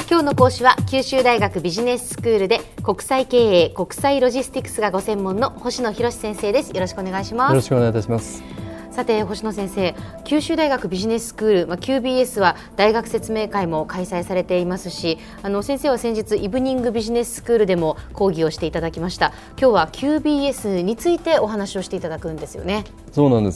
今日の講師は九州大学ビジネススクールで国際経営国際ロジスティクスがご専門の星野博先生です。よろしくお願いします。 よろしくお願いいたします。 さて星野先生、九州大学ビジネススクール、QBS は大学説明会も開催されていますし、先生は先日イブニングビジネススクールでも講義をしていただきました。今日は QBS についてお話をしていただくんですよね。 そうなんです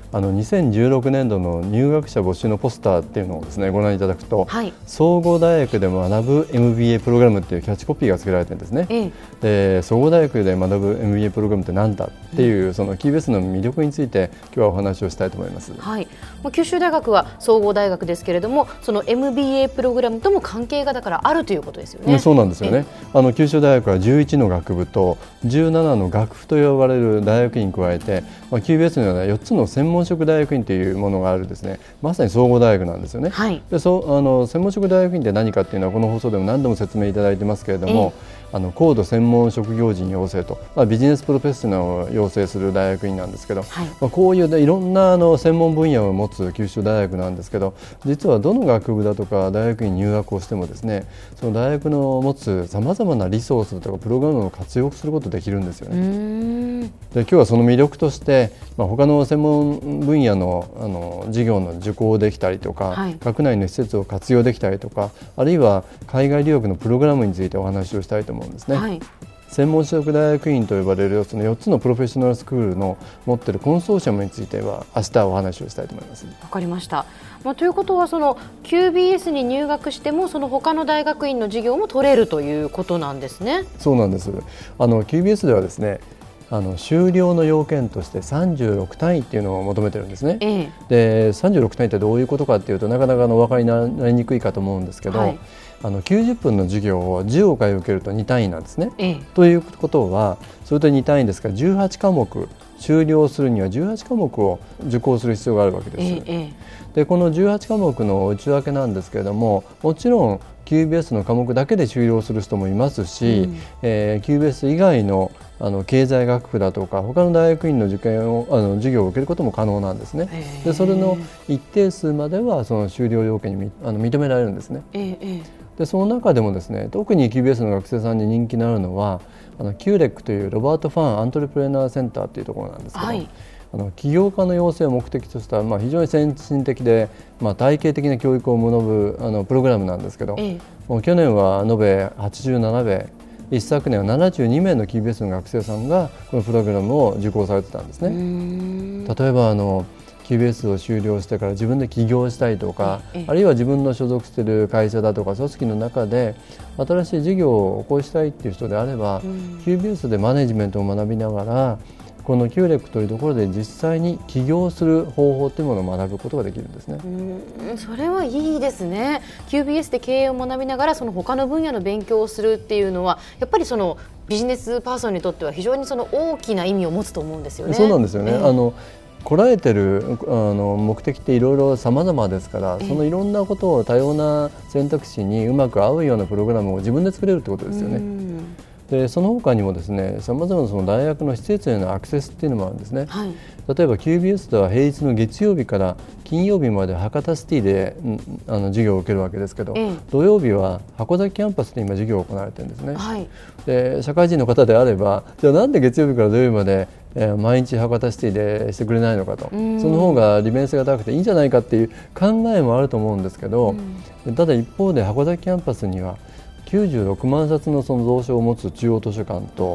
。2016年度の入学者募集のポスターっていうのをですねご覧いただくと、はい、総合大学で学ぶ MBA プログラムっていうキャッチコピーが付けられてるんですね。で総合大学で学ぶ MBA プログラムって何だっていう、その QBS の魅力について今日はお話をしたいと思います。 はい、九州大学は総合大学ですけれども、その MBA プログラムとも関係がだからあるということですよね。 そうなんですよね。九州大学は11の学部と17の学府と呼ばれる大学院に加えて、QBS のような4つの専門職大学院というものがあるですね、まさに総合大学なんですよね。はい、で専門職大学院って何かっていうのはこの放送でも何度も説明いただいてますけれども、高度専門職業人養成と、ビジネスプロフェッショナルを養成する大学院なんですけど、はい、こういういろんな専門分野を持つ九州大学なんですけど、実はどの学部だとか大学院に入学をしてもですね、その大学の持つさまざまなリソースとかプログラムを活用することができるんですよね。で今日はその魅力として、他の専門分野の授業の受講できたりとか、はい、学内の施設を活用できたりとか、あるいは海外留学のプログラムについてお話をしたいと思うんですね。はい、専門職大学院と呼ばれるその4つのプロフェッショナルスクールの持っているコンソーシアムについては明日お話をしたいと思います。 わかりました。ということはその QBS に入学してもその他の大学院の授業も取れるということなんですね。 そうなんです。QBS ではですね、修了の要件として36単位っていうのを求めてるんですね。で36単位ってどういうことかっていうとなかなかお分かりになりにくいかと思うんですけど、はい、90分の授業を15回受けると2単位なんですね。ということはそれと2単位ですから18科目修了するには18科目を受講する必要があるわけです。でこの18科目の内訳なんですけれども、もちろん QBS の科目だけで修了する人もいますし、QBS 以外の経済学部だとか他の大学院の授業を受けることも可能なんですね。でそれの一定数まではその修了要件に認められるんですね。でその中でもですね、特に QBS の学生さんに人気のあるのはQREC というロバート・ファン・アントレプレナーセンターというところなんですけど、はい、起業家の養成を目的とした、非常に先進的で、体系的な教育を学ぶプログラムなんですけど、もう去年は延べ87名、一昨年は72名の QBS の学生さんがこのプログラムを受講されてたんですね。例えばQBS を修了してから自分で起業したいとか、あるいは自分の所属している会社だとか組織の中で新しい事業を起こしたいっていう人であれば、QBS でマネジメントを学びながらこの QREC というところで実際に起業する方法というものを学ぶことができるんですね。 それはいいですね。 QBS で経営を学びながらその他の分野の勉強をするっていうのはやっぱりそのビジネスパーソンにとっては非常にその大きな意味を持つと思うんですよね。 そうなんですよね。来られてる目的っていろいろ様々ですから、そのいろんなことを多様な選択肢にうまく合うようなプログラムを自分で作れるということですよね。でその他にもですね、様々なその大学の施設へのアクセスっていうのもあるんですね。はい、例えば QBS では平日の月曜日から金曜日まで博多シティで授業を受けるわけですけど、土曜日は函館キャンパスで今授業が行われているんですね。はい、で社会人の方であれば、じゃあなんで月曜日から土曜日まで毎日博多シティでしてくれないのかと、その方が利便性が高くていいんじゃないかっていう考えもあると思うんですけど、ただ一方で函館キャンパスには96万冊のその蔵書を持つ中央図書館と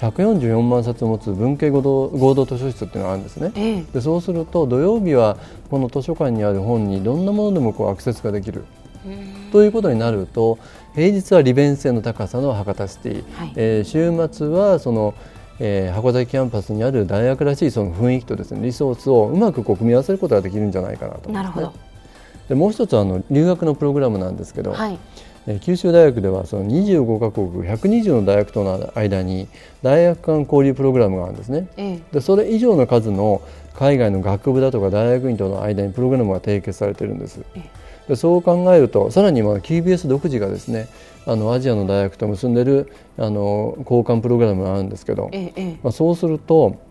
144万冊を持つ文系合同図書室っていうのがあるんですね。でそうすると土曜日はこの図書館にある本にどんなものでもアクセスができるということになると、平日は利便性の高さの博多シティ、はい、週末はその函館キャンパスにある大学らしいその雰囲気とですね、リソースをうまく組み合わせることができるんじゃないかなと思いますね。なるほど。でもう一つは留学のプログラムなんですけど、はい、九州大学ではその25カ国120の大学との間に大学間交流プログラムがあるんですね。でそれ以上の数の海外の学部だとか大学院との間にプログラムが締結されているんです。でそう考えるとさらにQBS 独自がですね、アジアの大学と結んでいる交換プログラムがあるんですけど、そうすると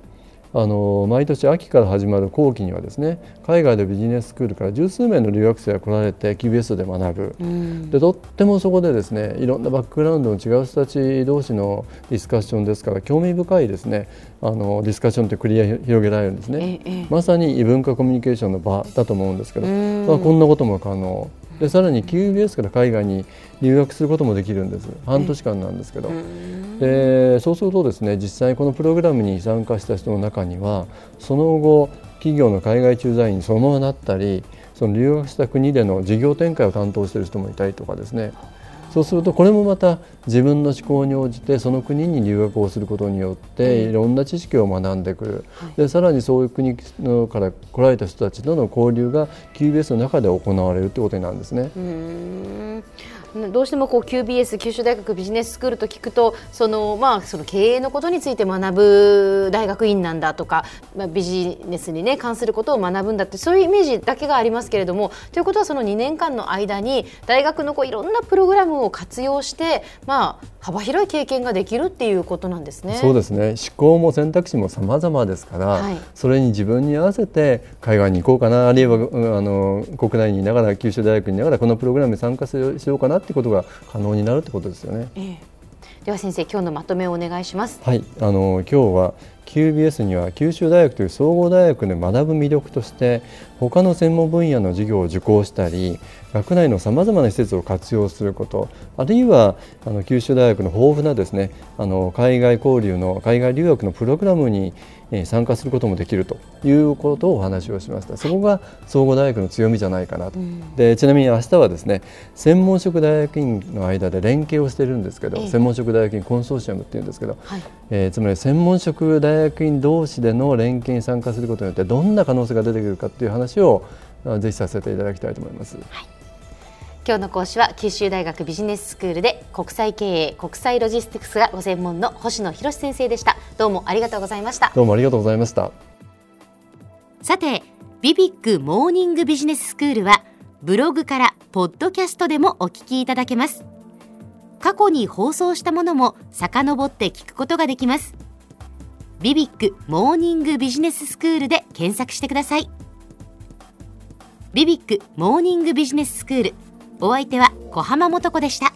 毎年秋から始まる後期にはですね、海外でビジネススクールから十数名の留学生が来られて QBS で学ぶ、でとってもそこでですね、いろんなバックグラウンドの違う人たち同士のディスカッションですから、興味深いですね、ディスカッションって繰り広げられるんですね。まさに異文化コミュニケーションの場だと思うんですけど、こんなことも可能で、さらに QBS から海外に留学することもできるんです。半年間なんですけど、でそうするとですね、実際このプログラムに参加した人の中には、その後企業の海外駐在員にそのままなったり、その留学した国での事業展開を担当している人もいたりとかですね、そうするとこれもまた自分の思考に応じてその国に留学をすることによっていろんな知識を学んでくる、でさらにそういう国から来られた人たちとの交流が QBS の中で行われるということになるんですね。 どうしてもQBS 九州大学ビジネススクールと聞くと、その経営のことについて学ぶ大学院なんだとか、ビジネスに、関することを学ぶんだって、そういうイメージだけがありますけれども、ということはその2年間の間に大学のいろんなプログラムを活用して、幅広い経験ができるっていうことなんですね。 そうですね、思考も選択肢も様々ですから、それに自分に合わせて海外に行こうかな、あるいは国内にいながら九州大学にいながらこのプログラムに参加しようかなということが可能になるということですよね。 では先生、今日のまとめをお願いします。 はい、今日は QBS には九州大学という総合大学で学ぶ魅力として、他の専門分野の授業を受講したり、学内のさまざまな施設を活用すること、あるいは九州大学の豊富なですね、海外交流の海外留学のプログラムに参加することもできるということをお話をしました。そこが総合大学の強みじゃないかなと。でちなみに明日はですね、専門職大学院の間で連携をしているんですけど、専門職大学院コンソーシアムっていうんですけど、つまり専門職大学院同士での連携に参加することによってどんな可能性が出てくるかっていう話をぜひさせていただきたいと思います。 今日の講師は九州大学ビジネススクールで国際経営国際ロジスティクスがご専門の星野博先生でした。どうもありがとうございました。 どうもありがとうございました。 さて、ビビックモーニングビジネススクールはブログからポッドキャストでもお聞きいただけます。過去に放送したものも遡って聞くことができます。ビビックモーニングビジネススクールで検索してください。ビビックモーニングビジネススクール、お相手は小浜もとこでした。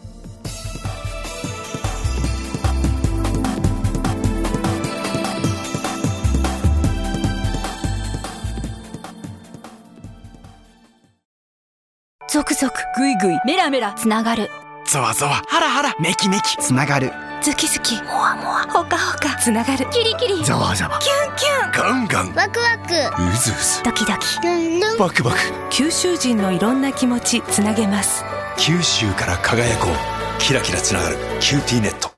ゾクゾクグイグイメラメラつながる、 ゾワゾワハラハラメキメキつながる、 ズキズキモワモワホカホカつながる、キリキリザワザワキュンキュンガンガンワクワクうずうずドキドキルンルンバクバク、 九州人のいろんな気持ちつなげます。 九州から輝こう、キラキラつながるキューティーネット。